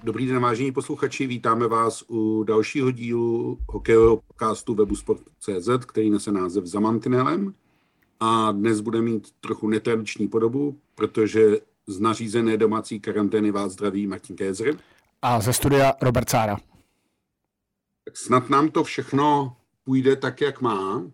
Dobrý den, vážení posluchači, vítáme vás u dalšího dílu hokejového podcastu webu Sport.cz, který nese název Za mantinelem. A dnes bude mít trochu netradiční podobu, protože z nařízené domácí karantény vás zdraví Martin Kézer. A ze studia Robert Cára. Tak snad nám to všechno půjde tak, jak má.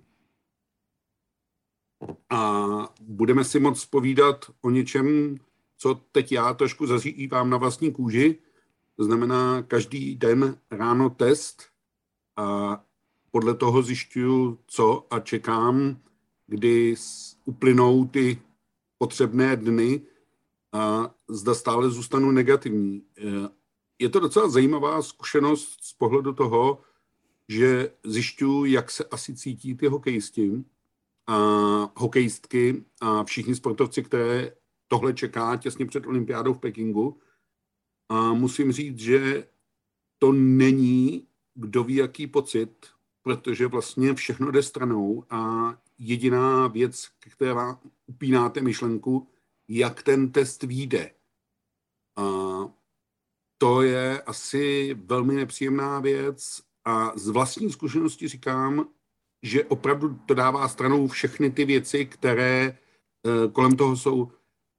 A budeme si moc povídat o něčem, co teď já trošku zažívám na vlastní kůži. To znamená každý den ráno test a podle toho zjišťuju, co a čekám, kdy uplynou ty potřebné dny a zda stále zůstanu negativní. Je to docela zajímavá zkušenost z pohledu toho, že zjišťuju, jak se asi cítí ty hokejisti a hokejistky a všichni sportovci, které tohle čeká těsně před olympiádou v Pekingu. A musím říct, že to není kdo ví jaký pocit, protože vlastně všechno jde stranou a jediná věc, které vám upínáte myšlenku, jak ten test vyjde. A to je asi velmi nepříjemná věc a z vlastní zkušenosti říkám, že opravdu to dává stranou všechny ty věci, které kolem toho jsou.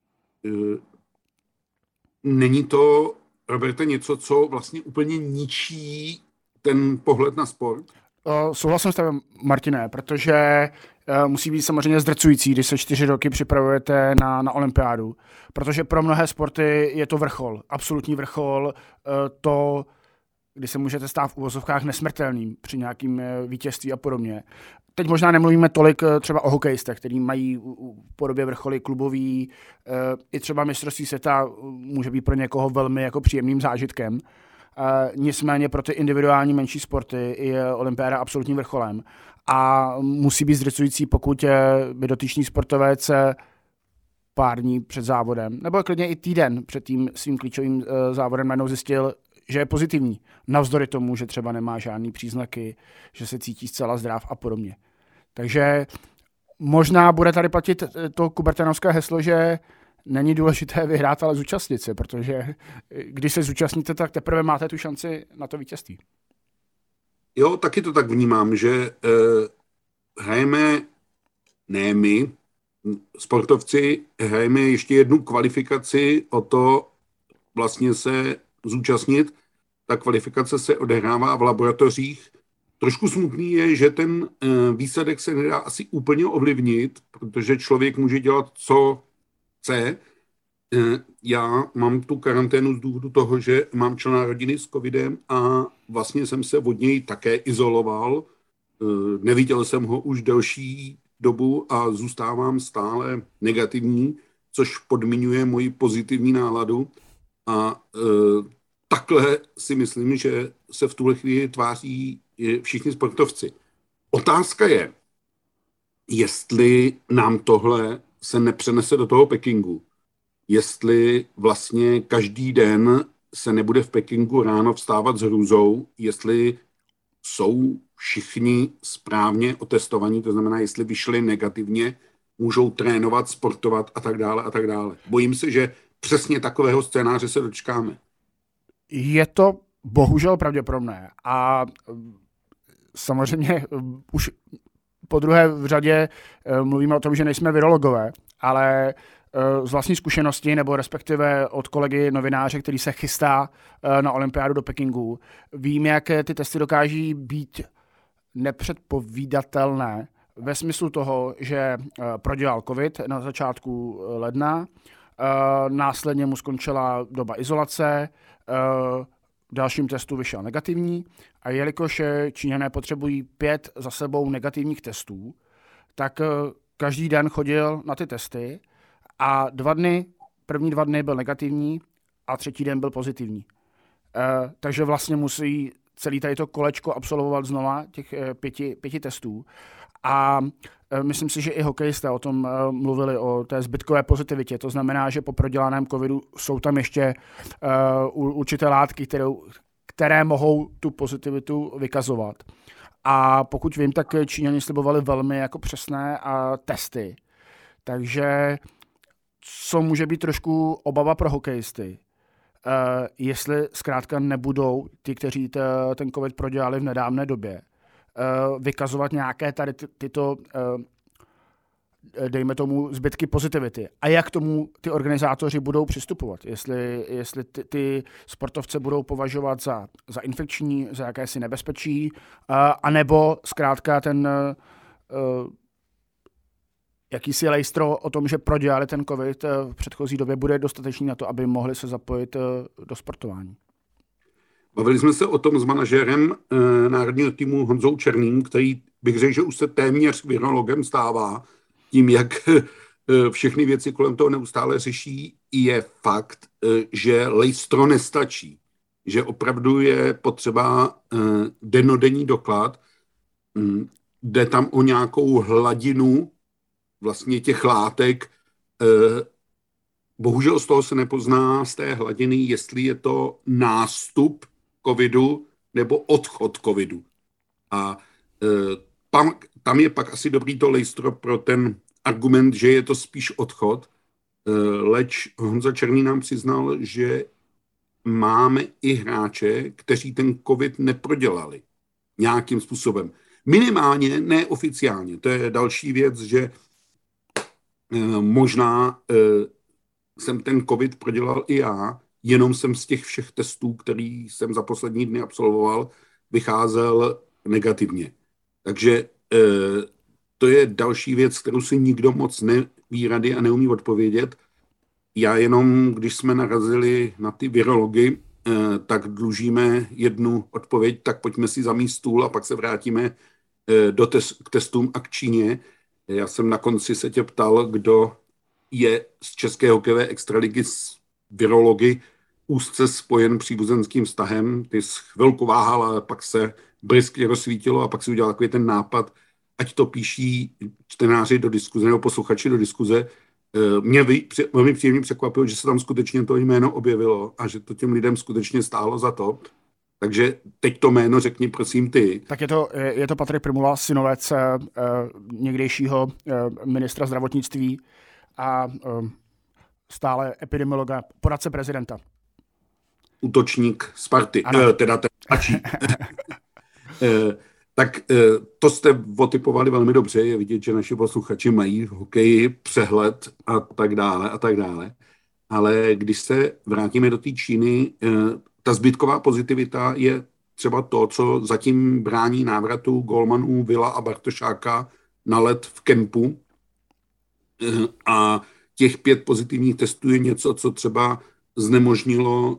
Není to, Roberte, něco, co vlastně úplně ničí ten pohled na sport? Souhlasím s tebou, Martine, protože musí být samozřejmě zdrcující, když se 4 roky připravujete na olympiádu, protože pro mnohé sporty je to vrchol, absolutní vrchol, to, kdy se můžete stát v uvozovkách nesmrtelným při nějakým vítězství a podobně. Teď možná nemluvíme tolik třeba o hokejistech, který mají v podobě vrcholy klubový, i třeba mistrovství světa může být pro někoho velmi jako příjemným zážitkem. Nicméně pro ty individuální menší sporty je olympiáda absolutním vrcholem a musí být zdrcující, pokud by dotyčný sportovec pár dní před závodem, nebo klidně i týden před tím svým klíčovým závodem najednou zjistil, že je pozitivní, navzdory tomu, že třeba nemá žádný příznaky, že se cítí zcela zdrav a podobně. Takže možná bude tady platit to kubertanovské heslo, že není důležité vyhrát, ale zúčastnit se, protože když se zúčastníte, tak teprve máte tu šanci na to vítězství. Jo, taky to tak vnímám, že hrajeme, ne my, sportovci, hrajeme ještě jednu kvalifikaci o to vlastně se zúčastnit. Ta kvalifikace se odehrává v laboratořích. Trošku smutný je, že ten výsledek se nedá asi úplně ovlivnit, protože člověk může dělat, co chce. Já mám tu karanténu z důvodu toho, že mám člena rodiny s covidem a vlastně jsem se od něj také izoloval. Neviděl jsem ho už delší dobu a zůstávám stále negativní, což podmiňuje moji pozitivní náladu. A takhle si myslím, že se v tuhle chvíli tváří všichni sportovci. Otázka je, jestli nám tohle se nepřenese do toho Pekingu. Jestli vlastně každý den se nebude v Pekingu ráno vstávat s hrůzou, jestli jsou všichni správně otestovaní, to znamená, jestli vyšli negativně, můžou trénovat, sportovat a tak dále a tak dále. Bojím se, že přesně takového scénáře se dočkáme. Je to bohužel pravděpodobné a samozřejmě už po druhé v řadě mluvíme o tom, že nejsme virologové, ale z vlastní zkušenosti, nebo respektive od kolegy novináře, který se chystá na olympiádu do Pekingu, vím, jak ty testy dokáží být nepředpovídatelné ve smyslu toho, že prodělal covid na začátku ledna, následně mu skončila doba izolace, v dalším testu vyšel negativní a jelikož Číňané potřebují 5 za sebou negativních testů, tak každý den chodil na ty testy a první 2 dny byl negativní a 3. den byl pozitivní. Takže vlastně musí celý tady to kolečko absolvovat znova těch 5 testů. A myslím si, že i hokejisté o tom mluvili, o té zbytkové pozitivitě. To znamená, že po prodělaném covidu jsou tam ještě určité látky, které mohou tu pozitivitu vykazovat. A pokud vím, tak Číňani slibovali velmi jako přesné testy. Takže co může být trošku obava pro hokejisty, jestli zkrátka nebudou ty, kteří ten covid prodělali v nedávné době, vykazovat nějaké tady tyto dejme tomu zbytky pozitivity. A jak tomu ty organizátoři budou přistupovat? Jestli ty sportovce budou považovat za infekční, za jakési nebezpečí, anebo zkrátka ten jakýsi lejstro o tom, že prodělali ten covid v předchozí době, bude dostatečný na to, aby mohli se zapojit do sportování. Bavili jsme se o tom s manažérem národního týmu Honzou Černým, který bych řekl, že už se téměř virologem stává, tím, jak všechny věci kolem toho neustále řeší, je fakt, že lejstro nestačí. Že opravdu je potřeba dennodenní doklad, jde tam o nějakou hladinu vlastně těch látek. Bohužel z toho se nepozná z té hladiny, jestli je to nástup covidu nebo odchod covidu. A tam je pak asi dobrý to lejstro pro ten argument, že je to spíš odchod. Leč Honza Černý nám přiznal, že máme i hráče, kteří ten covid neprodělali nějakým způsobem. Minimálně neoficiálně. To je další věc, že možná jsem ten covid prodělal i já, jenom jsem z těch všech testů, který jsem za poslední dny absolvoval, vycházel negativně. Takže to je další věc, kterou si nikdo moc neví rady a neumí odpovědět. Já jenom, když jsme narazili na ty virology, tak dlužíme jednu odpověď, tak pojďme si zamíst stůl a pak se vrátíme k testům a k Číně. Já jsem na konci se tě ptal, kdo je z české hokejové extraligy s virology úzce spojen příbuzenským vztahem. Ty jsi chvilku váhal, ale pak se bryskně rozsvítilo a pak si udělal takový ten nápad, ať to píší čtenáři do diskuze nebo posluchači do diskuze. Mě velmi příjemně překvapilo, že se tam skutečně to jméno objevilo a že to těm lidem skutečně stálo za to. Takže teď to jméno řekni prosím ty. Tak je to Patrik Prymula, synovec někdejšího ministra zdravotnictví a stále epidemiologa, poradce prezidenta. Útočník Sparty, teda ten mladší. Tak to jste otypovali velmi dobře, je vidět, že naši posluchači mají v hokeji přehled a tak dále a tak dále. Ale když se vrátíme do té Číny, ta zbytková pozitivita je třeba to, co zatím brání návratu golmanů Vila a Bartošáka na led v kempu. A těch 5 pozitivních testů je něco, co třeba znemožnilo,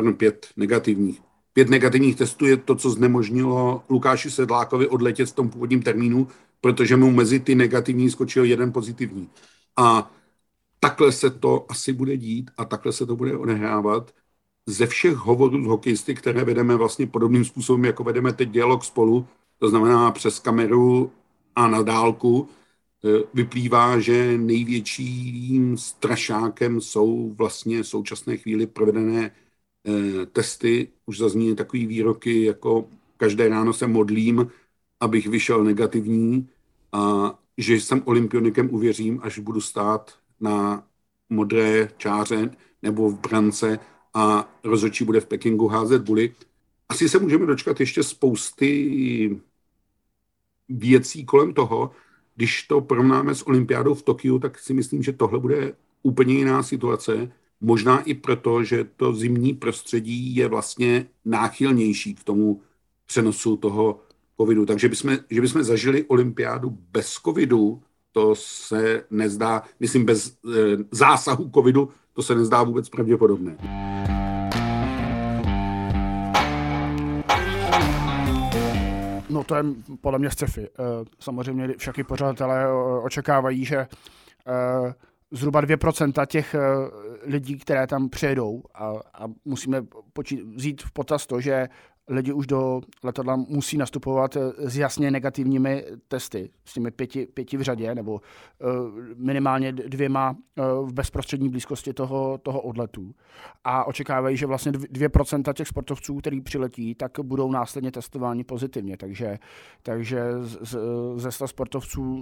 5 negativních testů je to, co znemožnilo Lukáši Sedlákovi odletět v tom původním termínu, protože mu mezi ty negativní skočil 1 pozitivní. A takhle se to asi bude dít a takhle se to bude odehrávat. Ze všech hovorů s hokejisty, které vedeme vlastně podobným způsobem, jako vedeme teď dialog spolu, to znamená přes kameru a na dálku, vyplývá, že největším strašákem jsou vlastně v současné chvíli provedené testy. Už zazní takový výroky, jako každé ráno se modlím, abych vyšel negativní a že jsem olympionikem uvěřím, až budu stát na modré čáře nebo v brance a rozhodčí bude v Pekingu házet buly. Asi se můžeme dočkat ještě spousty věcí kolem toho. Když to porovnáme s olympiádou v Tokiu, tak si myslím, že tohle bude úplně jiná situace. Možná i proto, že to zimní prostředí je vlastně náchylnější k tomu přenosu toho covidu. Takže že bychom zažili olympiádu bez covidu, to se nezdá, myslím bez zásahu covidu, to se nezdá vůbec pravděpodobné. No to je podle mě sci-fi. Samozřejmě však i pořadatelé očekávají, že zhruba 2% těch lidí, které tam přijedou a musíme vzít v potaz to, že lidi už do letadla musí nastupovat s jasně negativními testy, s těmi 5 v řadě, nebo minimálně 2 v bezprostřední blízkosti toho odletu. A očekávají, že vlastně 2% těch sportovců, který přiletí, tak budou následně testováni pozitivně. Takže ze 100 sportovců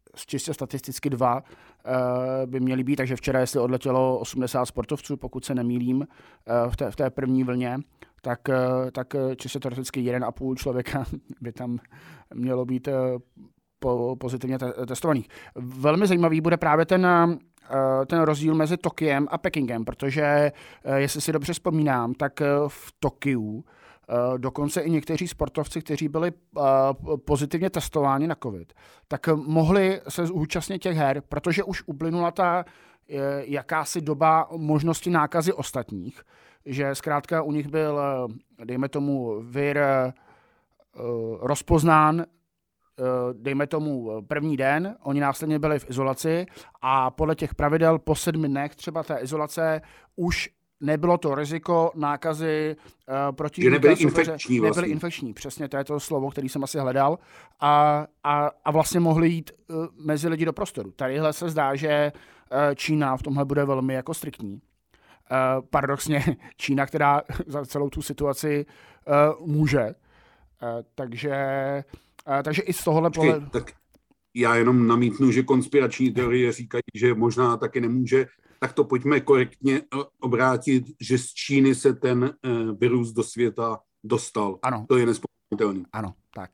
čistě statisticky 2 by měly být, takže včera, jestli odletělo 80 sportovců, pokud se nemýlím, v té první vlně, tak čistě teoreticky 1,5 člověka by tam mělo být pozitivně testovaných. Velmi zajímavý bude právě ten rozdíl mezi Tokiem a Pekingem, protože jestli si dobře vzpomínám, tak v Tokiu dokonce i někteří sportovci, kteří byli pozitivně testováni na COVID, tak mohli se zúčastnit těch her, protože už uplynula ta jakási doba možnosti nákazy ostatních, že zkrátka u nich byl, dejme tomu, vir rozpoznán, dejme tomu první den, oni následně byli v izolaci a podle těch pravidel po 7 dnech třeba té izolace už nebylo to riziko nákazy proti... Že nebyli infekční vlastně. Nebyli infekční, přesně, to je to slovo, který jsem asi hledal. A vlastně mohli jít mezi lidi do prostoru. Tadyhle se zdá, že Čína v tomhle bude velmi jako striktní. Paradoxně Čína, která za celou tu situaci může. Takže i z tohohle pohledu... Tak já jenom namítnu, že konspirační teorie říkají, že možná taky nemůže. Tak to pojďme korektně obrátit, že z Číny se ten virus do světa dostal. Ano. To je nezpochybnitelné. Ano, tak.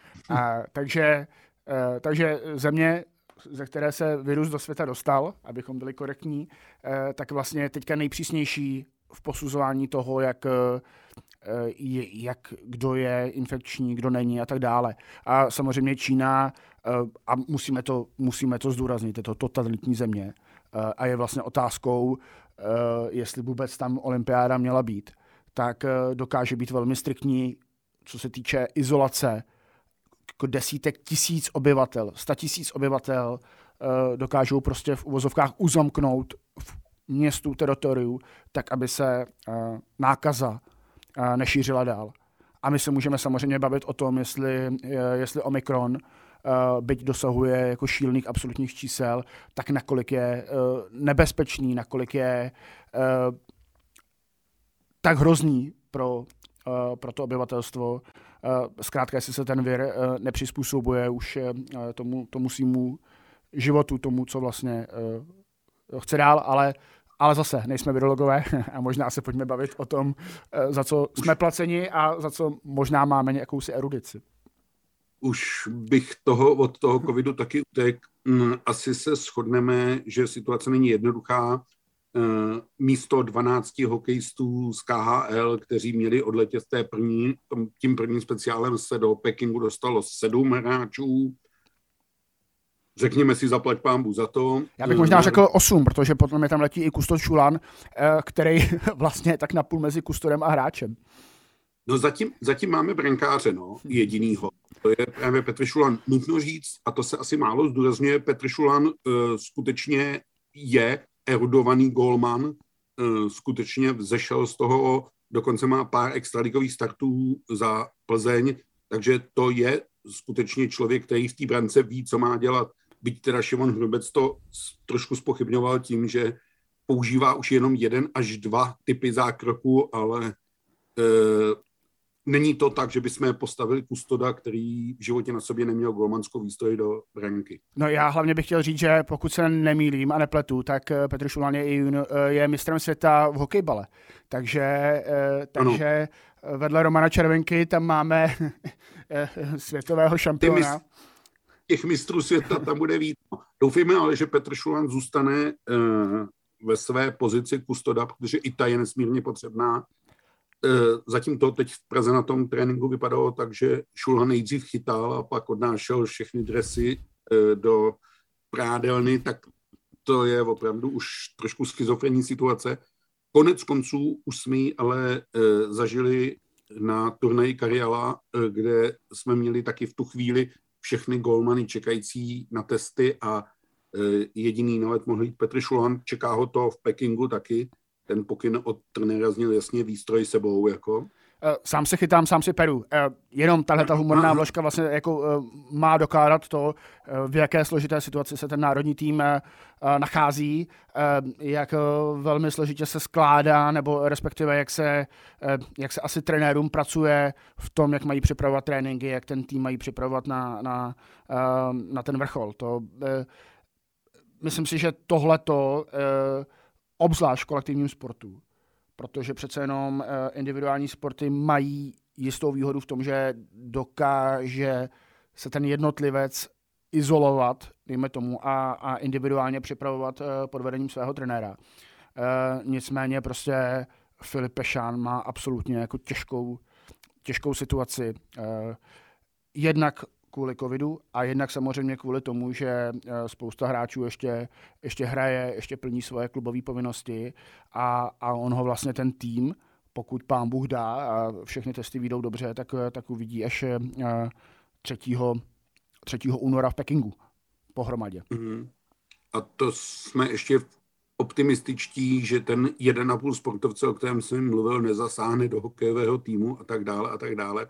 Takže země, ze které se virus do světa dostal, abychom byli korektní, tak vlastně teďka nejpřísnější v posuzování toho, jak kdo je infekční, kdo není a tak dále. A samozřejmě Čína, a musíme to zdůraznit, je to totalitní země, a je vlastně otázkou, jestli vůbec tam olympiáda měla být, tak dokáže být velmi striktní, co se týče izolace, jako desítek tisíc obyvatel, 100 000 obyvatel dokážou prostě v uvozovkách uzamknout v městu, teritoriu, tak, aby se nákaza nešířila dál. A my se můžeme samozřejmě bavit o tom, jestli Omikron, byť dosahuje jako šílených absolutních čísel, tak nakolik je nebezpečný, nakolik je tak hrozný pro to obyvatelstvo. Zkrátka, jestli se ten vir nepřizpůsobuje už tomu svýmu životu, tomu, co vlastně chce dál, ale zase nejsme virologové a možná se pojďme bavit o tom, za co jsme placeni a za co možná máme nějakousi erudici. Už bych od toho covidu taky utek. Asi se shodneme, že situace není jednoduchá. Místo 12 hokejistů z KHL, kteří měli odletět tím prvním speciálem, se do Pekingu dostalo 7 hráčů. Řekněme si zaplať pánbůh za to. Já bych možná řekl 8, protože potom je tam letí i Kustod Šulan, který vlastně je tak napůl mezi kustodem a hráčem. No zatím máme brankáře, jedinýho. To je právě Petr Šulan. Nutno říct, a to se asi málo zdůrazňuje, Petr Šulan skutečně je erudovaný gólman, skutečně vzešel z toho, dokonce má pár extraligových startů za Plzeň, takže to je skutečně člověk, který v té brance ví, co má dělat. Byť teda Šimon Hrubec to trošku zpochybňoval tím, že používá už jenom 1 až 2 typy zákroku, ale není to tak, že bychom postavili Kustoda, který v životě na sobě neměl golmanskou výstroj do branky. No já hlavně bych chtěl říct, že pokud se nemýlím a nepletu, tak Petr Šulan je mistrem světa v hokejbale. Takže vedle Romana Červenky tam máme světového šampiona. Těch mistrů světa tam bude víc. Doufejme ale, že Petr Šulan zůstane ve své pozici Kustoda, protože i ta je nesmírně potřebná. Zatím to teď v Praze na tom tréninku vypadalo tak, že Šulhan nejdřív chytal a pak odnášel všechny dresy do prádelny, tak to je opravdu už trošku schizofrenní situace. Konec konců už jsme ji ale zažili na turnaji Karjala, kde jsme měli taky v tu chvíli všechny golmany čekající na testy a jediný na let mohl jít Petr Šulan. Čeká ho to v Pekingu taky. Ten pokyn od trenéra zněl jasně výstroj sebou. Jako. Sám se chytám, sám si peru. Jenom tahleta humorná vložka vlastně jako má dokládat to, v jaké složité situaci se ten národní tým nachází, jak velmi složitě se skládá, nebo respektive jak se asi trenérům pracuje v tom, jak mají připravovat tréninky, jak ten tým mají připravovat na ten vrchol. Myslím si, že tohleto, obzvlášť v kolektivním sportu, protože přece jenom individuální sporty mají jistou výhodu v tom, že dokáže se ten jednotlivec izolovat, dejme tomu, a individuálně připravovat pod vedením svého trenéra. Nicméně prostě Filip Pešán má absolutně jako těžkou situaci. Jednak kvůli covidu a jednak samozřejmě kvůli tomu, že spousta hráčů ještě hraje, ještě plní svoje klubové povinnosti a on ho vlastně ten tým, pokud pán Bůh dá a všechny testy vyjdou dobře, tak uvidí až 3. února v Pekingu pohromadě. A to jsme ještě optimističtí, že ten 1,5 sportovce, o kterém jsem mluvil, nezasáhne do hokejového týmu a tak dále a tak dále.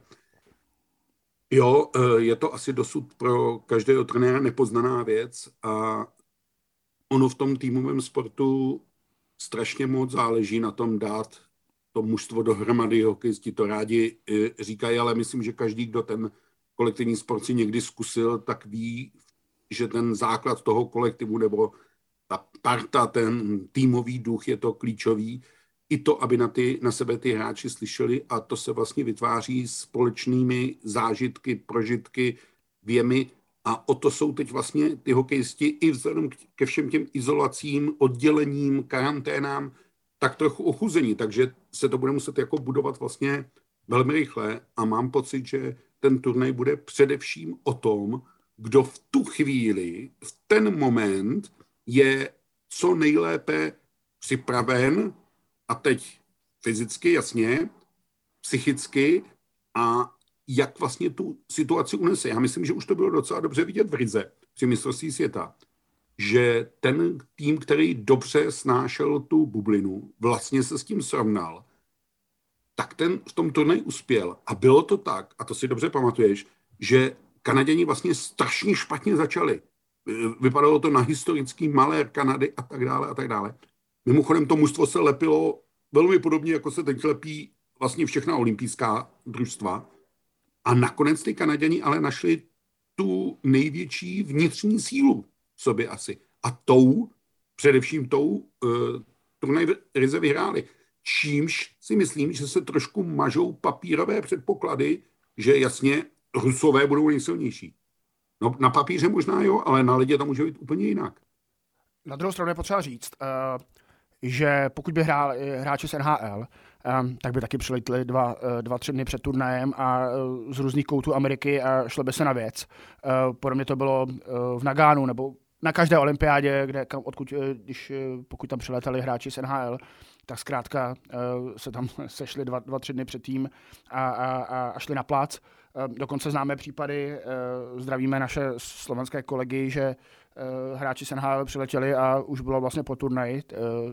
Jo, je to asi dosud pro každého trenéra nepoznaná věc a ono v tom týmovém sportu strašně moc záleží na tom dát to mužstvo dohromady. Hokejisti to rádi říkají, ale myslím, že každý, kdo ten kolektivní sport si někdy zkusil, tak ví, že ten základ toho kolektivu nebo ta parta, ten týmový duch je to klíčový. I to, aby na sebe ty hráči slyšeli a to se vlastně vytváří společnými zážitky, prožitky, věmy a o to jsou teď vlastně ty hokejisti i vzhledem ke všem těm izolacím, oddělením, karanténám tak trochu ochuzení, takže se to bude muset jako budovat vlastně velmi rychle a mám pocit, že ten turnaj bude především o tom, kdo v tu chvíli, v ten moment je co nejlépe připraven a teď fyzicky, jasně, psychicky a jak vlastně tu situaci unese. Já myslím, že už to bylo docela dobře vidět v Rize při mistrovství světa, že ten tým, který dobře snášel tu bublinu, vlastně se s tím srovnal, tak ten v tom turnaji uspěl. A bylo to tak, a to si dobře pamatuješ, že Kanaděni vlastně strašně špatně začali. Vypadalo to na historický malér Kanady a tak dále a tak dále. Mimochodem to mužstvo se lepilo velmi podobně, jako se teď lepí vlastně všechna olympijská družstva. A nakonec ty Kanaděni ale našli tu největší vnitřní sílu v sobě asi. A především turnaj Rize vyhráli. Čímž si myslím, že se trošku mažou papírové předpoklady, že jasně Rusové budou nejsilnější. No, na papíře možná jo, ale na ledě to může být úplně jinak. Na druhou stranu je potřeba říct, že pokud by hráli hráči z NHL, tak by taky přiletli 2-3 dny před turnajem a z různých koutů Ameriky a šlo by se na věc. Podobně to bylo v Nagánu nebo na každé olympiádě, pokud tam přiletali hráči z NHL, tak zkrátka se tam sešli 2-3 dny předtím a šli na plac. Dokonce známe případy, zdravíme naše slovenské kolegy, že hráči z NHL přiletěli a už bylo vlastně po turnaji,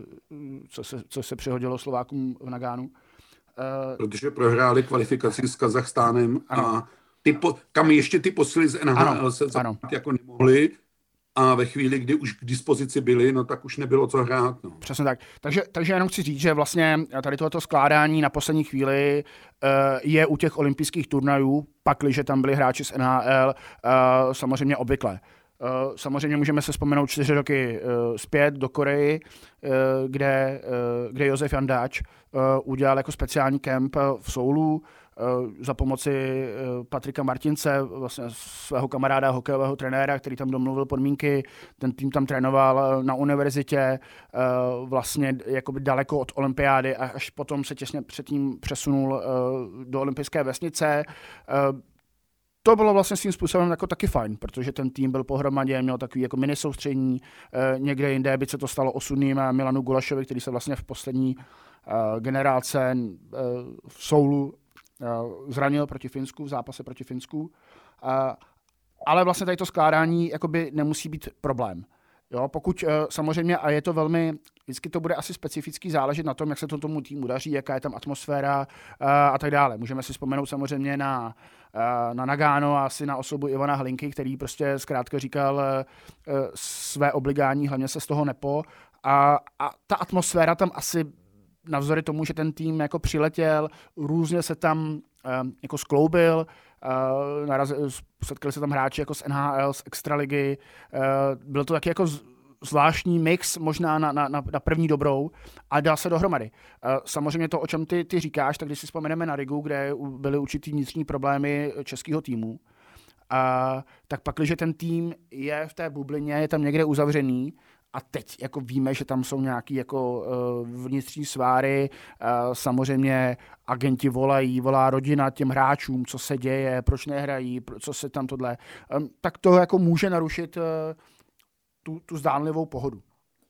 co se přihodilo Slovákům v Nagánu. Protože prohráli kvalifikaci s Kazachstánem a kam ještě ty posily z NHL se jako nemohli a ve chvíli, kdy už k dispozici byli, no tak už nebylo co hrát. No. Přesně tak. Takže jenom chci říct, že vlastně tady tohoto skládání na poslední chvíli je u těch olympijských turnajů, pakliže tam byli hráči z NHL, samozřejmě obvykle. Samozřejmě můžeme se vzpomenout 4 roky zpět do Koreji, kde Josef Jandáč udělal jako speciální kemp v Soulu za pomoci Patrika Martince, vlastně svého kamaráda, hokejového trenéra, který tam domluvil podmínky. Ten tým tam trénoval na univerzitě, vlastně jakoby daleko od olympiády a až potom se těsně předtím přesunul do olympijské vesnice. To bylo vlastně svým způsobem jako taky fajn, protože ten tým byl pohromadě, měl takový jako mini soustředění někde jinde, byť se to stalo osudným Milanu Gulašovi, který se vlastně v poslední generace v Soulu zranil proti Finsku, v zápase proti Finsku. Ale vlastně tady to skládání jakoby nemusí být problém. Jo, pokud samozřejmě, a je to velmi vždycky to bude asi specificky záležet na tom, jak se to tomu týmu daří, jaká je tam atmosféra a tak dále. Můžeme si vzpomenout samozřejmě na Nagano a asi na osobu Ivana Hlinky, který prostě zkrátka říkal své obligání, hlavně se z toho nepo. A ta atmosféra tam asi navzdory tomu, že ten tým jako přiletěl, různě se tam jako skloubil, setkali se tam hráči jako z NHL, z Extraligy, byl to taky jako zvláštní mix možná na první dobrou a dal se dohromady. Samozřejmě to, o čem ty říkáš, tak když si vzpomeneme na Rigu, kde byly určitý vnitřní problémy českého týmu, tak pak, když ten tým je v té bublině, je tam někde uzavřený, a teď jako víme, že tam jsou nějaký jako vnitřní sváry, samozřejmě agenti volá rodina těm hráčům, co se děje, proč nehrají, co se tam tohle, tak to jako může narušit tu zdánlivou pohodu.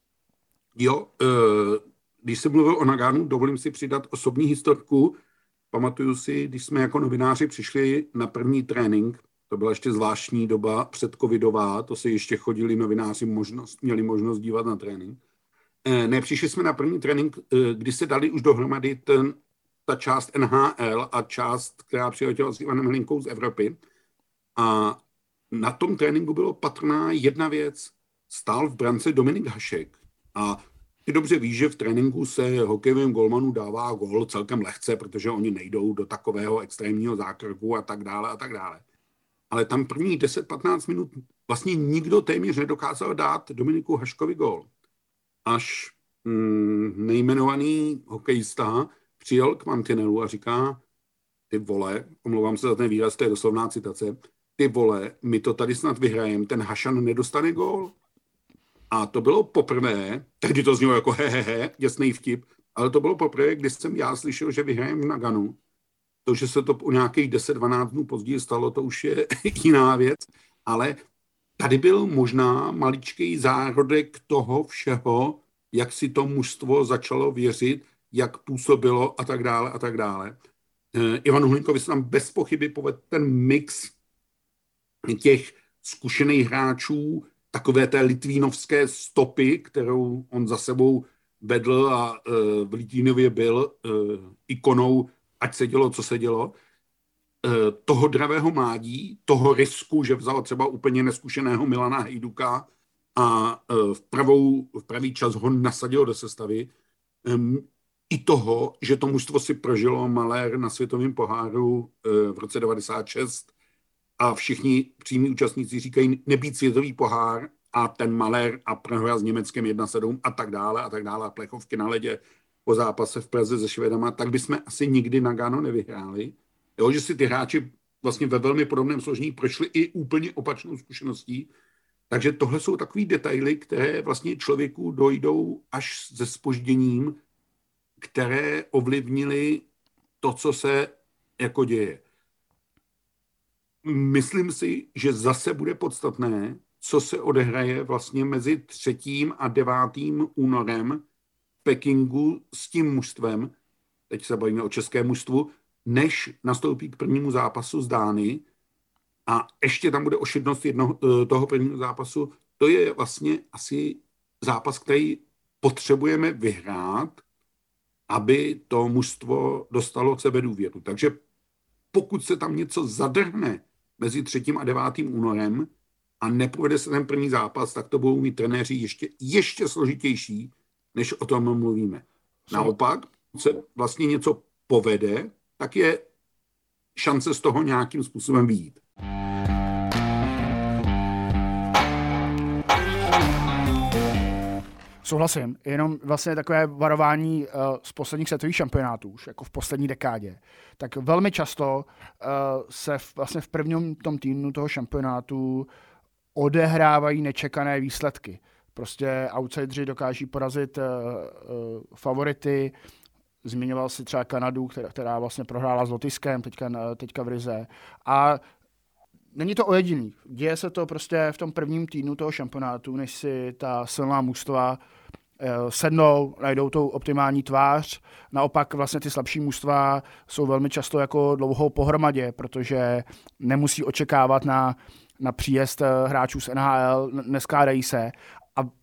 Jo, když jsem mluvil o Naganu, dovolím si přidat osobní historku. Pamatuju si, když jsme jako novináři přišli na první trénink, to byla ještě zvláštní doba předcovidová, to se ještě chodili novináři, měli možnost dívat na trénink. Nepřišli jsme na první trénink, kdy se dali už dohromady ta část NHL a část, která přiletěla s Ivanem Hlinkou z Evropy. A na tom tréninku bylo patrná jedna věc. Stál v brance Dominik Hašek. A ty dobře víš, že v tréninku se hokejovým golmanu dává gól celkem lehce, protože oni nejdou do takového extrémního zákroku a tak dále a tak dále. Ale tam první 10-15 minut vlastně nikdo téměř nedokázal dát Dominiku Haškovi gól. Až nejmenovaný hokejista přijel k mantinelu a říká, ty vole, omlouvám se za ten výraz, to je doslovná citace, ty vole, my to tady snad vyhrajeme, ten Hašan nedostane gól. A to bylo poprvé, tehdy to znělo jako děsnej vtip, ale to bylo poprvé, když jsem já slyšel, že vyhrajeme v Naganu. To, že se to o nějakých 10-12 dnů později stalo, to už je jiná věc, ale tady byl možná maličký zárodek toho všeho, jak si to mužstvo začalo věřit, jak působilo a tak dále a tak dále. Ivanu Hlinkovi se tam bez pochyby povedl ten mix těch zkušených hráčů, takové té litvínovské stopy, kterou on za sebou vedl a v Litvínově byl ikonou, ať se dělo, co se dělo, toho dravého mládí, toho risku, že vzal třeba úplně neskušeného Milana Hejduka a v pravý čas ho nasadil do sestavy, i toho, že to mužstvo si prožilo malér na světovém poháru v roce 96 a všichni přímí účastníci říkají nebýt světový pohár a ten malér a prohra s Německem 1-7 a tak dále a plechovky na ledě po zápase v Praze se Švédama, tak bychom asi nikdy Nagano nevyhráli. Jo, že si ty hráči vlastně ve velmi podobném složení prošli i úplně opačnou zkušeností. Takže tohle jsou takový detaily, které vlastně člověku dojdou až se zpožděním, které ovlivnily to, co se jako děje. Myslím si, že zase bude podstatné, co se odehraje vlastně mezi 3. a 9. únorem v Pekingu s tím mužstvem, teď se bavíme o českém mužstvu, než nastoupí k prvnímu zápasu z Dány a ještě tam bude ošidnost toho prvního zápasu. To je vlastně asi zápas, který potřebujeme vyhrát, aby to mužstvo dostalo k sebe důvěru. Takže pokud se tam něco zadrhne mezi 3. a 9. únorem a nepovede se ten první zápas, tak to budou mít trenéři ještě složitější, než o tom mluvíme. Naopak, se vlastně něco povede, tak je šance z toho nějakým způsobem vyjít. Souhlasím, jenom vlastně takové varování z posledních světových šampionátů, už jako v poslední dekádě. Tak velmi často se vlastně v prvním tom týdnu toho šampionátu odehrávají nečekané výsledky. Prostě outsideri dokáží porazit favority. Zmiňoval si třeba Kanadu, která vlastně prohrála s Lotyšskem teďka v Rize. A není to ojediný. Děje se to prostě v tom prvním týdnu toho šampionátu, než si ta silná mužstva sednou, najdou tou optimální tvář. Naopak vlastně ty slabší mužstva jsou velmi často jako dlouho pohromadě, protože nemusí očekávat na příjezd hráčů z NHL, neskládají se. A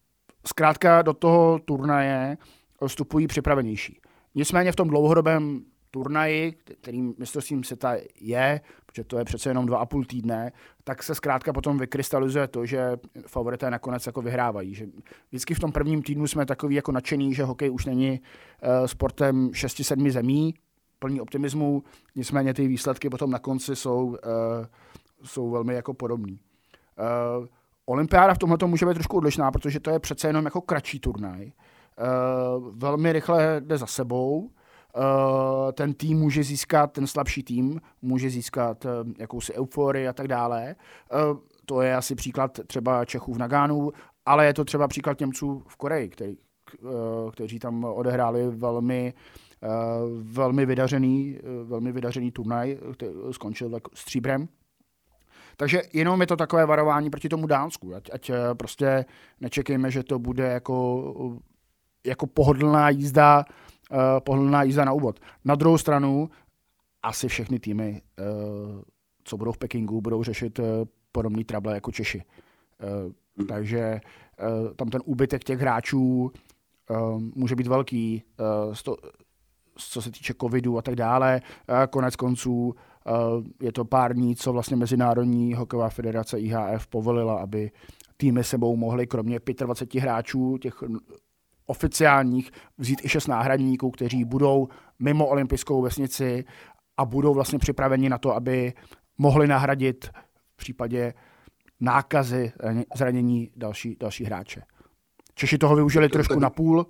zkrátka do toho turnaje vstupují připravenější. Nicméně v tom dlouhodobém turnaji, kterým mistrovstvím světa je, protože to je přece jenom 2,5 týdne, tak se zkrátka potom vykrystalizuje to, že favorité nakonec jako vyhrávají. Že vždycky v tom prvním týdnu jsme takový jako nadšený, že hokej už není sportem 6-7 zemí, plný optimismu, nicméně ty výsledky potom na konci jsou velmi jako podobný. Olympiáda v tomhle může být trošku odlišná, protože to je přece jenom jako kratší turnaj. Velmi rychle jde za sebou. Ten tým může získat, ten slabší tým může získat jakousi euforii a tak dále. To je asi příklad třeba Čechů v Nagánu, ale je to třeba příklad Němců v Koreji, kteří tam odehráli velmi vydařený turnaj, který skončil stříbrem. Takže jenom je to takové varování proti tomu Dánsku. Ať prostě nečekejme, že to bude jako pohodlná jízda na úvod. Na druhou stranu asi všechny týmy, co budou v Pekingu, budou řešit podobný trable jako Češi. Takže tam ten úbytek těch hráčů může být velký, co se týče covidu a tak dále. Konec konců je to pár dní, co vlastně Mezinárodní hokejová federace IHF povolila, aby týmy sebou mohly kromě 25 hráčů, těch oficiálních, vzít i 6 náhradníků, kteří budou mimo olympijskou vesnici a budou vlastně připraveni na to, aby mohli nahradit v případě nákazy, zranění další hráče. Češi toho využili trošku na půl,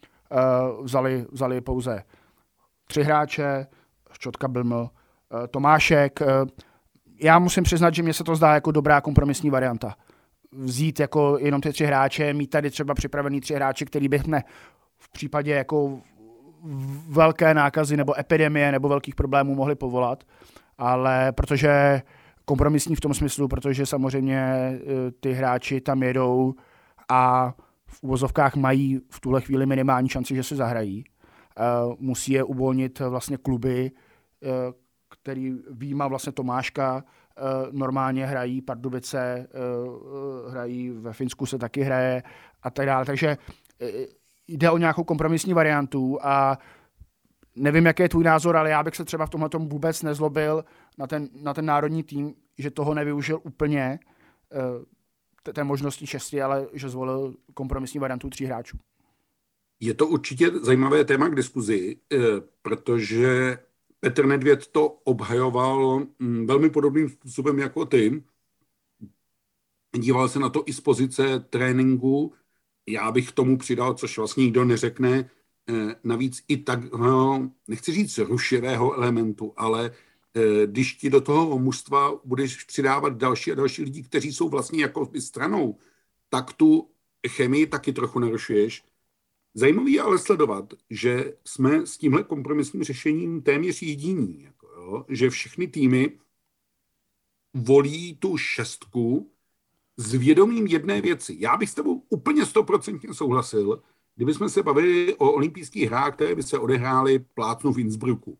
vzali pouze 3 hráče, Ščotka, Blml, Tomášek. Já musím přiznat, že mně se to zdá jako dobrá kompromisní varianta. Vzít jako jenom ty 3 hráče, mít tady třeba připravený 3 hráče, který bychom v případě jako velké nákazy nebo epidemie nebo velkých problémů mohli povolat, ale protože kompromisní v tom smyslu, protože samozřejmě ty hráči tam jedou a v uvozovkách mají v tuhle chvíli minimální šanci, že se zahrají. Musí je uvolnit vlastně kluby, který výjima vlastně Tomáška normálně hrají, Pardubice hrají, ve Finsku se taky hraje a tak dále. Takže jde o nějakou kompromisní variantu a nevím, jaký je tvůj názor, ale já bych se třeba v tomhle tomu vůbec nezlobil na ten národní tým, že toho nevyužil úplně té možnosti 6, ale že zvolil kompromisní variantu 3 hráčů. Je to určitě zajímavé téma k diskuzi, protože Petr Nedvěd to obhajoval velmi podobným způsobem jako ty. Díval se na to i z pozice tréninku. Já bych k tomu přidal, což vlastně nikdo neřekne, navíc i tak, nechci říct rušivého elementu, ale když ti do toho mužstva budeš přidávat další a další lidi, kteří jsou vlastně jako stranou, tak tu chemii taky trochu narušuješ. Zajímavý je ale sledovat, že jsme s tímhle kompromisním řešením téměř jediní. Že všechny týmy volí tu 6 s vědomím jedné věci. Já bych s tebou úplně 100% souhlasil, kdybychom se bavili o olympijských hrách, které by se odehrály plácnu v Innsbrucku.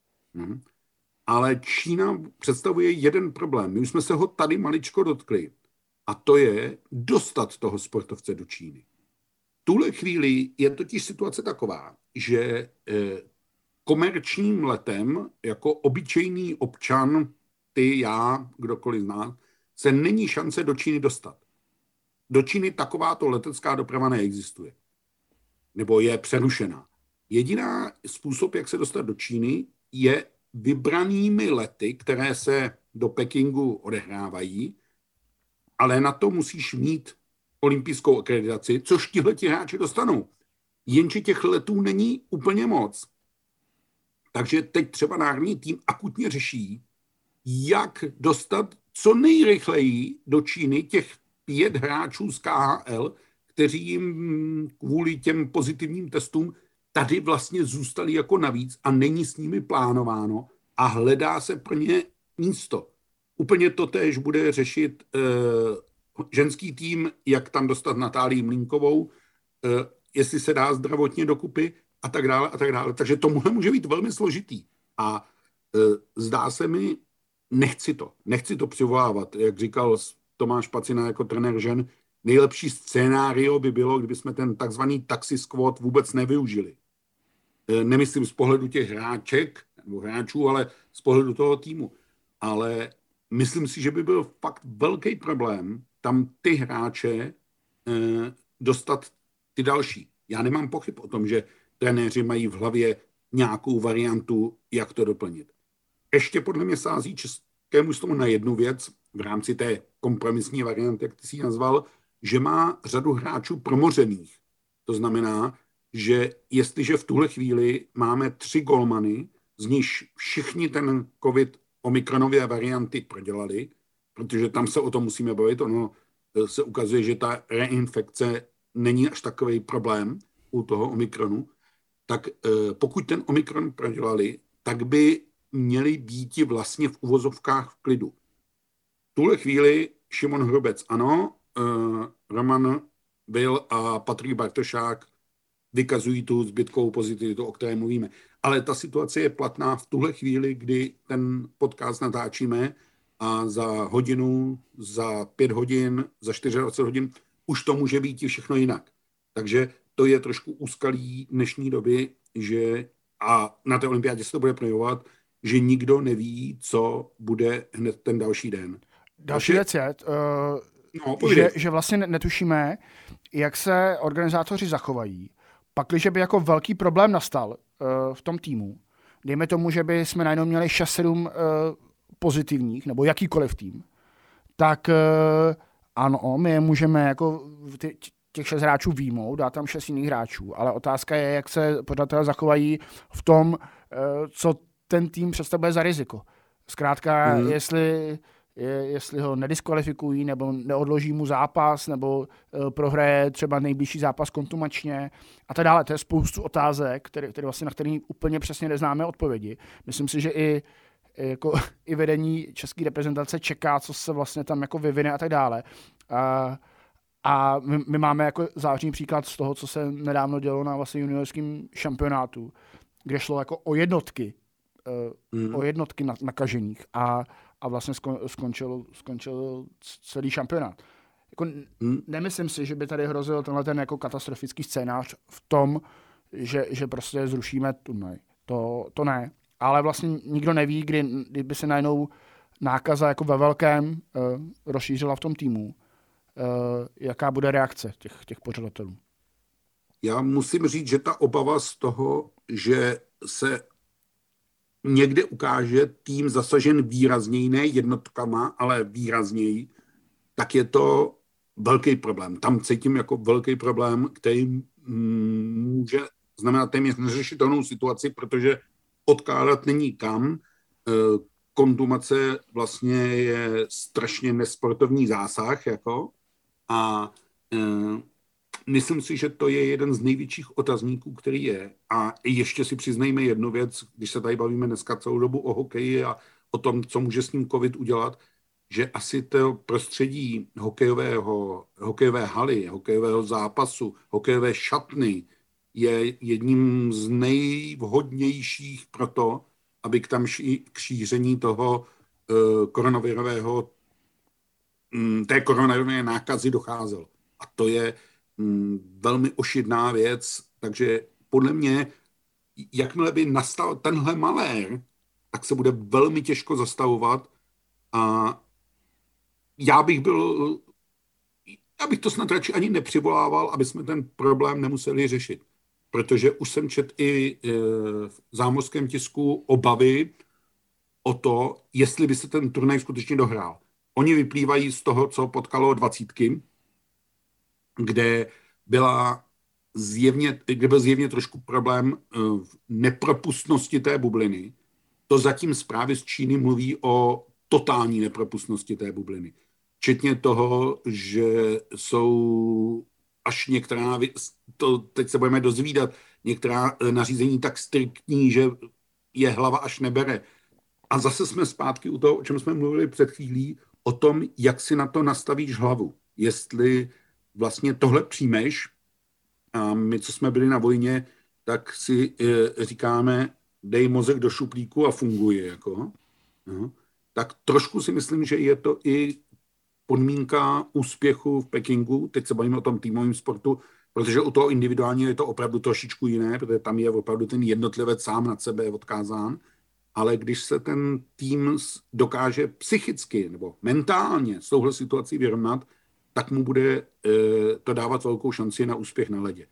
Ale Čína představuje jeden problém. My už jsme se ho tady maličko dotkli. A to je dostat toho sportovce do Číny. V tuhle chvíli je totiž situace taková, že komerčním letem jako obyčejný občan, ty, já, kdokoliv z nás, se není šance do Číny dostat. Do Číny takováto letecká doprava neexistuje. Nebo je přerušená. Jediná způsob, jak se dostat do Číny, je vybranými lety, které se do Pekingu odehrávají, ale na to musíš mít olympijskou akreditaci, což tihleti hráči dostanou. Jenže těch letů není úplně moc. Takže teď třeba národní tým akutně řeší, jak dostat co nejrychleji do Číny těch 5 hráčů z KHL, kteří jim kvůli těm pozitivním testům tady vlastně zůstali jako navíc a není s nimi plánováno a hledá se pro ně místo. Úplně to též bude řešit ženský tým, jak tam dostat Natálii Mlínkovou, jestli se dá zdravotně dokupy a tak dále a tak dále. Takže tomuhle může být velmi složitý. A zdá se mi, nechci to přivolávat. Jak říkal Tomáš Pacina jako trenér žen, nejlepší scénário by bylo, kdyby jsme ten takzvaný taxi squad vůbec nevyužili. Nemyslím z pohledu těch hráček nebo hráčů, ale z pohledu toho týmu. Ale myslím si, že by byl fakt velký problém tam ty hráče dostat ty další. Já nemám pochyb o tom, že trenéři mají v hlavě nějakou variantu, jak to doplnit. Ještě podle mě sází českému z tomu na jednu věc v rámci té kompromisní varianty, jak ty jsi nazval, že má řadu hráčů promořených. To znamená, že jestliže v tuhle chvíli máme 3 golmany, z nichž všichni ten covid omikronové varianty prodělali, protože tam se o tom musíme bavit, ono se ukazuje, že ta reinfekce není až takový problém u toho omikronu, tak pokud ten omikron prodělali, tak by měli být vlastně v uvozovkách v klidu. V tuhle chvíli Šimon Hrubec ano, Roman Vil a Patrik Bartošák vykazují tu zbytkovou pozitivitu, o které mluvíme. Ale ta situace je platná v tuhle chvíli, kdy ten podcast natáčíme a za hodinu, za 5 hodin, za 24 hodin už to může být i všechno jinak. Takže to je trošku úskalí dnešní doby, že a na té olympiádě se to bude projevovat, že nikdo neví, co bude hned ten další den. Další věc je, že vlastně netušíme, jak se organizátoři zachovají. Pakliže by jako velký problém nastal v tom týmu, dejme tomu, že by jsme najednou měli 6-7 pozitivních, nebo jakýkoliv tým, tak ano, my můžeme jako těch 6 hráčů výjmout, dát tam 6 jiných hráčů, ale otázka je, jak se pořadatelé zachovají v tom, co ten tým představuje za riziko. Zkrátka, jestli ho nediskvalifikují, nebo neodloží mu zápas, nebo prohraje třeba nejbližší zápas kontumačně a tak dále. To je spoustu otázek, vlastně, na který úplně přesně neznáme odpovědi. Myslím si, že i vedení české reprezentace čeká, co se vlastně tam jako vyvine a tak dále. A my máme jako zářný příklad z toho, co se nedávno dělo na vlastně juniorském šampionátu, kde šlo jako o jednotky nakažených a vlastně skončil celý šampionát. Jako nemyslím si, že by tady hrozil tenhle ten jako katastrofický scénář v tom, že prostě zrušíme turnaj. To ne. Ale vlastně nikdo neví, kdyby se najednou nákaza jako ve velkém rozšířila v tom týmu. Jaká bude reakce těch pořadatelů? Já musím říct, že ta obava z toho, že se někde ukáže tým zasažen výrazněji, ne jednotkama, ale výrazněji, tak je to velký problém. Tam cítím jako velký problém, který může znamenat téměř neřešitelnou situaci, protože odkládat není kam. Kontumace vlastně je strašně nesportovní zásah, jako, a myslím si, že to je jeden z největších otazníků, který je. A ještě si přiznejme jednu věc, když se tady bavíme dneska celou dobu o hokeji a o tom, co může s ním covid udělat, že asi to prostředí hokejové haly, hokejového zápasu, hokejové šatny je jedním z nejvhodnějších pro to, aby k tam k šíření toho té koronavirové nákazy docházelo. A to je velmi ošidná věc, takže podle mě, jakmile by nastal tenhle malér, tak se bude velmi těžko zastavovat a já bych to snad radši ani nepřivolával, aby jsme ten problém nemuseli řešit. Protože už jsem četl i v zámořském tisku obavy o to, jestli by se ten turnaj skutečně dohrál. Oni vyplývají z toho, co potkalo 20, kde byl zjevně trošku problém v nepropustnosti té bubliny. To zatím zprávy z Číny mluví o totální nepropustnosti té bubliny. Včetně toho, že jsou až některá, teď se budeme dozvídat, některá nařízení tak striktní, že je hlava až nebere. A zase jsme zpátky u toho, o čem jsme mluvili před chvílí, o tom, jak si na to nastavíš hlavu. Jestli vlastně tohle přijmeš, a my, co jsme byli na vojně, tak si říkáme, dej mozek do šuplíku a funguje. Jako. No. Tak trošku si myslím, že je to i podmínka úspěchu v Pekingu, teď se bavíme o tom týmovém sportu, protože u toho individuálního je to opravdu trošičku jiné, protože tam je opravdu ten jednotlivec sám nad sebe odkázán, ale když se ten tým dokáže psychicky nebo mentálně s touhle situací vyrovnat, tak mu bude to dávat velkou šanci na úspěch na ledě.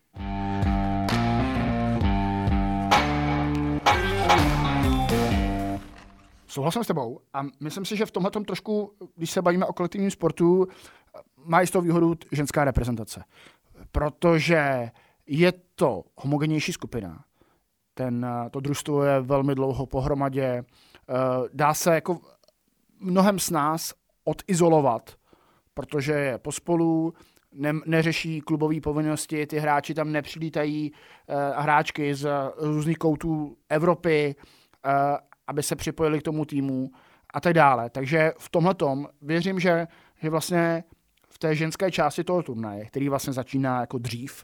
Souhlasím s tebou a myslím si, že v tomhletom trošku, když se bavíme o kolektivním sportu, má jistou výhodu ženská reprezentace. Protože je to homogenější skupina. To družstvo je velmi dlouho pohromadě. Dá se jako mnohem s nás odizolovat, protože je pospolu, neřeší klubové povinnosti, ty hráči tam nepřilítají hráčky z různých koutů Evropy, aby se připojili k tomu týmu a tak dále. Takže v tomhletom věřím, že vlastně v té ženské části toho turnaje, který vlastně začíná jako dřív,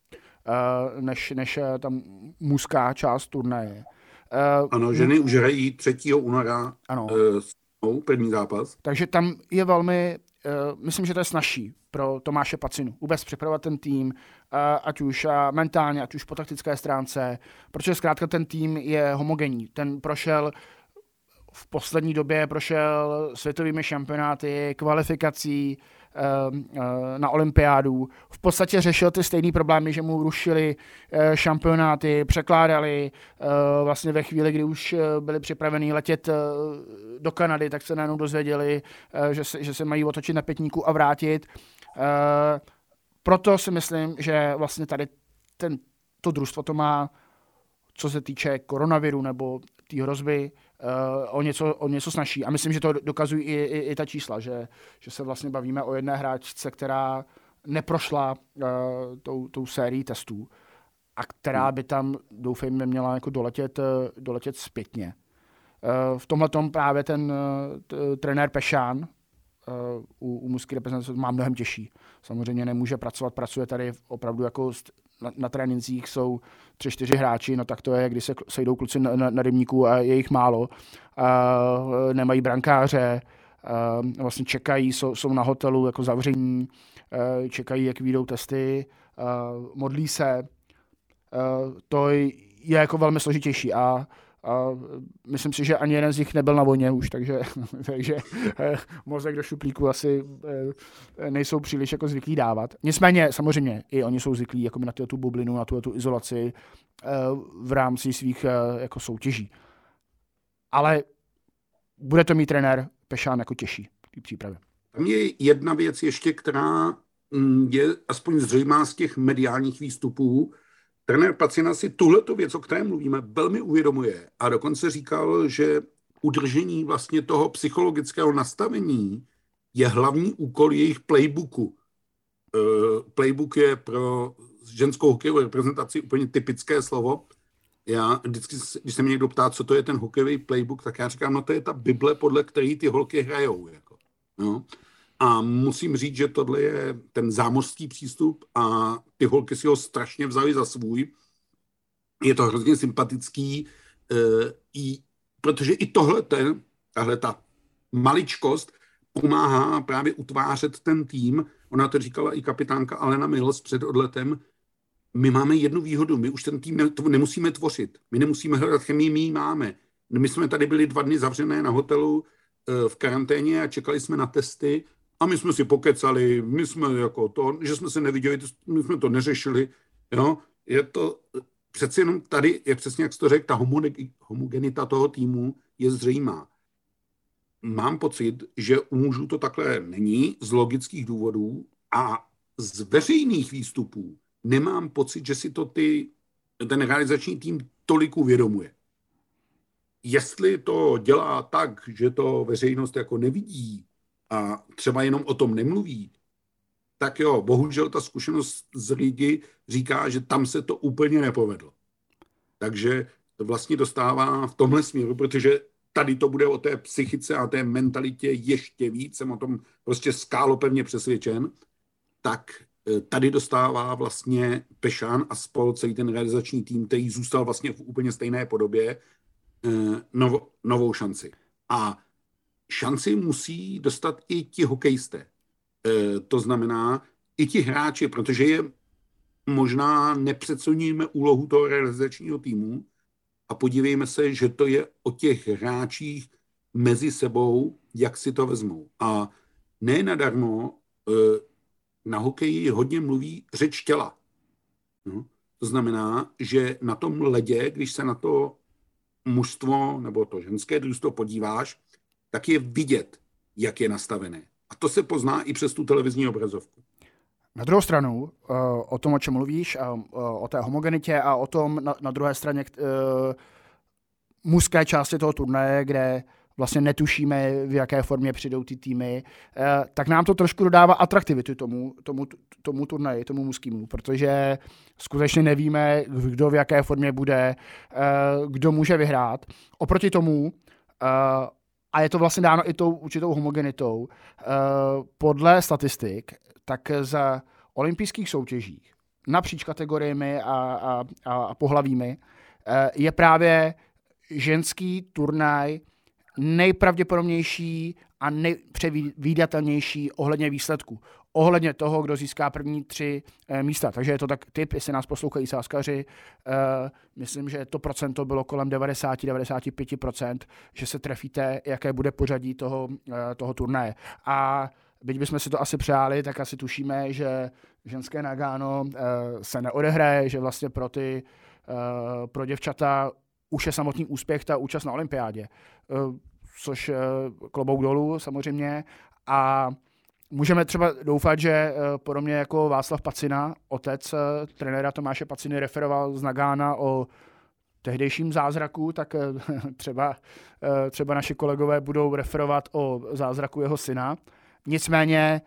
než ta mužská část turnaje. Ano, ženy už hrají 3. února první zápas. Takže tam je velmi, myslím, že to je snazší pro Tomáše Pacinu vůbec připravovat ten tým, ať už mentálně, ať už po taktické stránce, protože zkrátka ten tým je homogenní. Ten v poslední době prošel světovými šampionáty, kvalifikací na olympiádu. V podstatě řešil ty stejné problémy, že mu rušili šampionáty, překládali vlastně ve chvíli, kdy už byli připraveni letět do Kanady, tak se najednou dozvěděli, že se mají otočit na pětníku a vrátit. Proto si myslím, že vlastně tady to družstvo to má, co se týče koronaviru nebo té hrozby, o něco snazší. A myslím, že to dokazují i ta čísla, že se vlastně bavíme o jedné hráčce, která neprošla tou sérií testů a která by tam, doufejme, měla jako doletět zpětně. V tomhletom právě ten trenér Pešán u mužské reprezentace má mnohem těžší. Samozřejmě nemůže pracovat, pracuje tady opravdu jako na trénincích jsou 3-4 hráči, no tak to je, když se sejdou kluci na rybníku a je jich málo. Nemají brankáře, vlastně čekají, jsou na hotelu jako zavření, čekají, jak vyjdou testy, modlí se. To je jako velmi složitější a myslím si, že ani jeden z nich nebyl na vojně už, takže mozek do šuplíku asi nejsou příliš jako zvyklí dávat. Nicméně samozřejmě i oni jsou zvyklí jako na tu bublinu, na tu izolaci v rámci svých jako soutěží. Ale bude to mít trenér Pešán jako těžší v přípravě. Tam je jedna věc ještě, která je aspoň zřejmá z těch mediálních výstupů. Trenér Pacina si tuhleto věc, o které mluvíme, velmi uvědomuje a dokonce říkal, že udržení vlastně toho psychologického nastavení je hlavní úkol jejich playbooku. Playbook je pro ženskou hokejovou reprezentaci úplně typické slovo. Já vždycky, když se mě někdo ptá, co to je ten hokejový playbook, tak já říkám, no to je ta Bible, podle které ty holky hrajou. Jako. No. A musím říct, že tohle je ten zámořský přístup a ty holky si ho strašně vzali za svůj. Je to hrozně sympatický, protože i tahle ta maličkost pomáhá právě utvářet ten tým. Ona to říkala i kapitánka Alena Mills před odletem. My máme jednu výhodu, my už ten tým nemusíme tvořit. My nemusíme hledat chemii, my ji máme. My jsme tady byli 2 dny zavřené na hotelu v karanténě a čekali jsme na testy. A my jsme si pokecali, my jsme jako to, že jsme se neviděli, my jsme to neřešili. Jo? Je to přeci jenom tady, je přesně jak jsi to řekl, ta homogenita toho týmu je zřejmá. Mám pocit, že u mužů to takhle není z logických důvodů a z veřejných výstupů nemám pocit, že si to ten realizační tým tolik uvědomuje. Jestli to dělá tak, že to veřejnost jako nevidí, a třeba jenom o tom nemluví, tak jo, bohužel ta zkušenost z lidi říká, že tam se to úplně nepovedlo. Takže to vlastně dostává v tomhle směru, protože tady to bude o té psychice a té mentalitě ještě víc, jsem o tom prostě skálopevně přesvědčen, tak tady dostává vlastně Pešán a spol celý ten realizační tým, který zůstal vlastně v úplně stejné podobě, novou šanci. A šanci musí dostat i ti hokejisté. To znamená, i ti hráči, protože je možná nepřeceníme úlohu toho realizačního týmu a podívejme se, že to je o těch hráčích mezi sebou, jak si to vezmou. A ne nadarmo na hokeji hodně mluví řeč těla. No, to znamená, že na tom ledě, když se na to mužstvo nebo to ženské družstvo podíváš, tak je vidět, jak je nastavené. A to se pozná i přes tu televizní obrazovku. Na druhou stranu, o tom, o čem mluvíš, o té homogenitě a o tom na druhé straně mužské části toho turnaje, kde vlastně netušíme, v jaké formě přijdou ty týmy, tak nám to trošku dodává atraktivitu tomu turnaji, tomu mužskému, protože skutečně nevíme, kdo v jaké formě bude, kdo může vyhrát. Oproti tomu, a je to vlastně dáno i tou určitou homogenitou, podle statistik, tak za olympijských soutěžích napříč kategoriemi a pohlavími je právě ženský turnaj nejpravděpodobnější a nejpředvídatelnější ohledně výsledků. Ohledně toho, kdo získá první 3 místa. Takže je to tak tip, jestli nás poslouchají sázkaři. Myslím, že to procento bylo kolem 90-95%, že se trefíte, jaké bude pořadí toho turnaje. A byť bychom si to asi přáli, tak asi tušíme, že ženské Nagano se neodehraje, že vlastně pro děvčata už je samotný úspěch ta účast na olympiádě, což klobouk dolů samozřejmě. A můžeme třeba doufat, že podobně jako Václav Pacina, otec trenéra Tomáše Paciny, referoval z Nagana o tehdejším zázraku, tak třeba naši kolegové budou referovat o zázraku jeho syna. Nicméně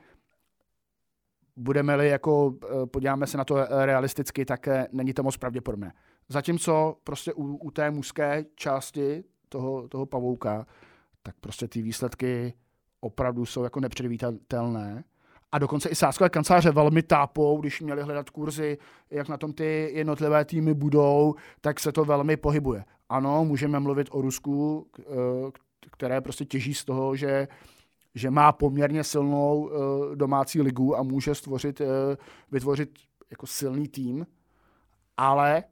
budeme-li podíváme se na to realisticky, tak není to moc pravděpodobné. Zatímco prostě u té mužské části toho pavouka, tak prostě ty výsledky opravdu jsou jako nepředvídatelné. A dokonce i sázkové kanceláře velmi tápou, když měli hledat kurzy, jak na tom ty jednotlivé týmy budou, tak se to velmi pohybuje. Ano, můžeme mluvit o Rusku, které prostě těží z toho, že má poměrně silnou domácí ligu a může vytvořit jako silný tým, ale.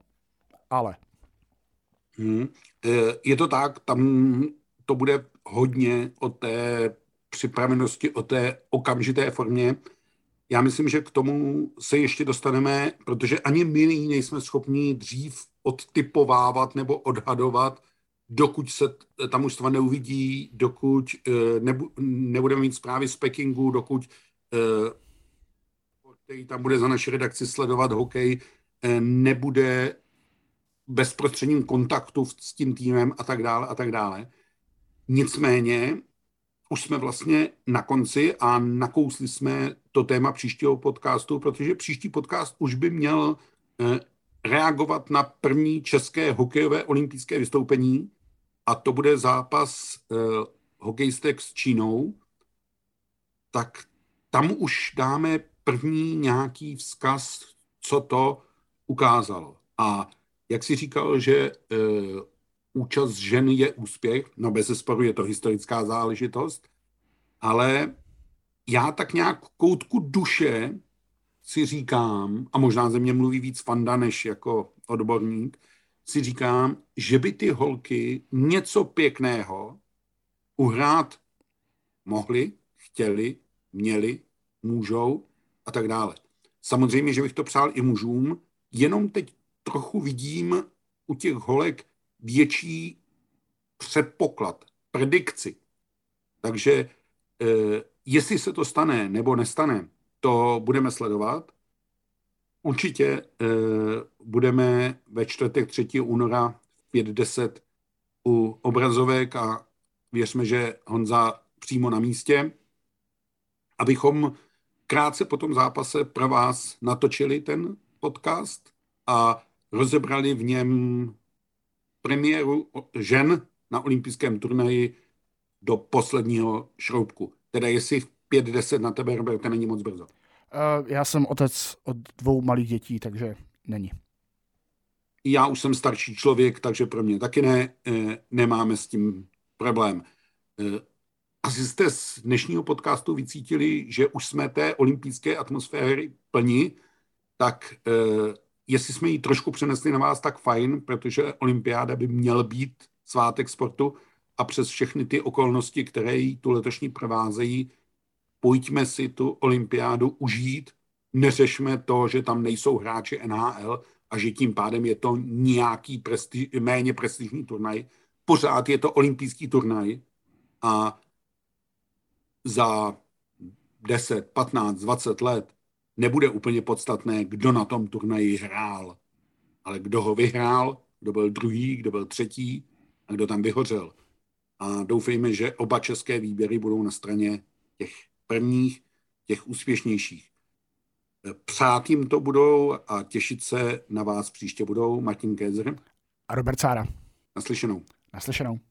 Je to tak, tam to bude hodně o té připravenosti, o té okamžité formě. Já myslím, že k tomu se ještě dostaneme, protože ani my nejsme schopni dřív odtypovávat nebo odhadovat, dokud se ta mužstva neuvidí, dokud nebudeme mít zprávy z Pekingu, dokud který tam bude za naši redakci sledovat hokej, nebude bezprostředním kontaktu s tím týmem a tak dále a tak dále. Nicméně už jsme vlastně na konci a nakousli jsme to téma příštího podcastu, protože příští podcast už by měl reagovat na první české hokejové olympijské vystoupení a to bude zápas hokejistek s Čínou. Tak tam už dáme první nějaký vzkaz, co to ukázalo. A jak jsi říkal, že účast žen je úspěch, no bezesporu je to historická záležitost, ale já tak nějak v koutku duše si říkám, a možná ze mě mluví víc fanda než jako odborník, si říkám, že by ty holky něco pěkného uhrát mohly, chtěli, měli, můžou a tak dále. Samozřejmě, že bych to přál i mužům, jenom teď trochu vidím u těch holek větší předpoklad, predikci. Takže jestli se to stane nebo nestane, to budeme sledovat. Určitě budeme ve čtvrtek 3. února v 5:10 u obrazovek a věřme, že Honza přímo na místě, abychom krátce po tom zápase pro vás natočili ten podcast a rozebrali v něm premiéru žen na olympijském turnaji do posledního šroubku. Teda jestli v 5:10 na tebe, Roberte, není moc brzo. Já jsem otec od 2 malých dětí, takže není. Já už jsem starší člověk, takže pro mě taky nemáme s tím problém. asi jste z dnešního podcastu vycítili, že už jsme té olympijské atmosféry plni, tak jestli jsme ji trošku přenesli na vás, tak fajn, protože olympiáda by měl být svátek sportu a přes všechny ty okolnosti, které ji tu letošní provázejí, pojďme si tu olympiádu užít, neřešme to, že tam nejsou hráči NHL a že tím pádem je to nějaký méně prestižní turnaj. Pořád je to olympijský turnaj a za 10, 15, 20 let nebude úplně podstatné, kdo na tom turnaji hrál, ale kdo ho vyhrál, kdo byl druhý, kdo byl třetí a kdo tam vyhořel. A doufejme, že oba české výběry budou na straně těch prvních, těch úspěšnějších. Přát jim to budou a těšit se na vás příště budou Martin Kézer a Robert Sára. Naslyšenou. Naslyšenou.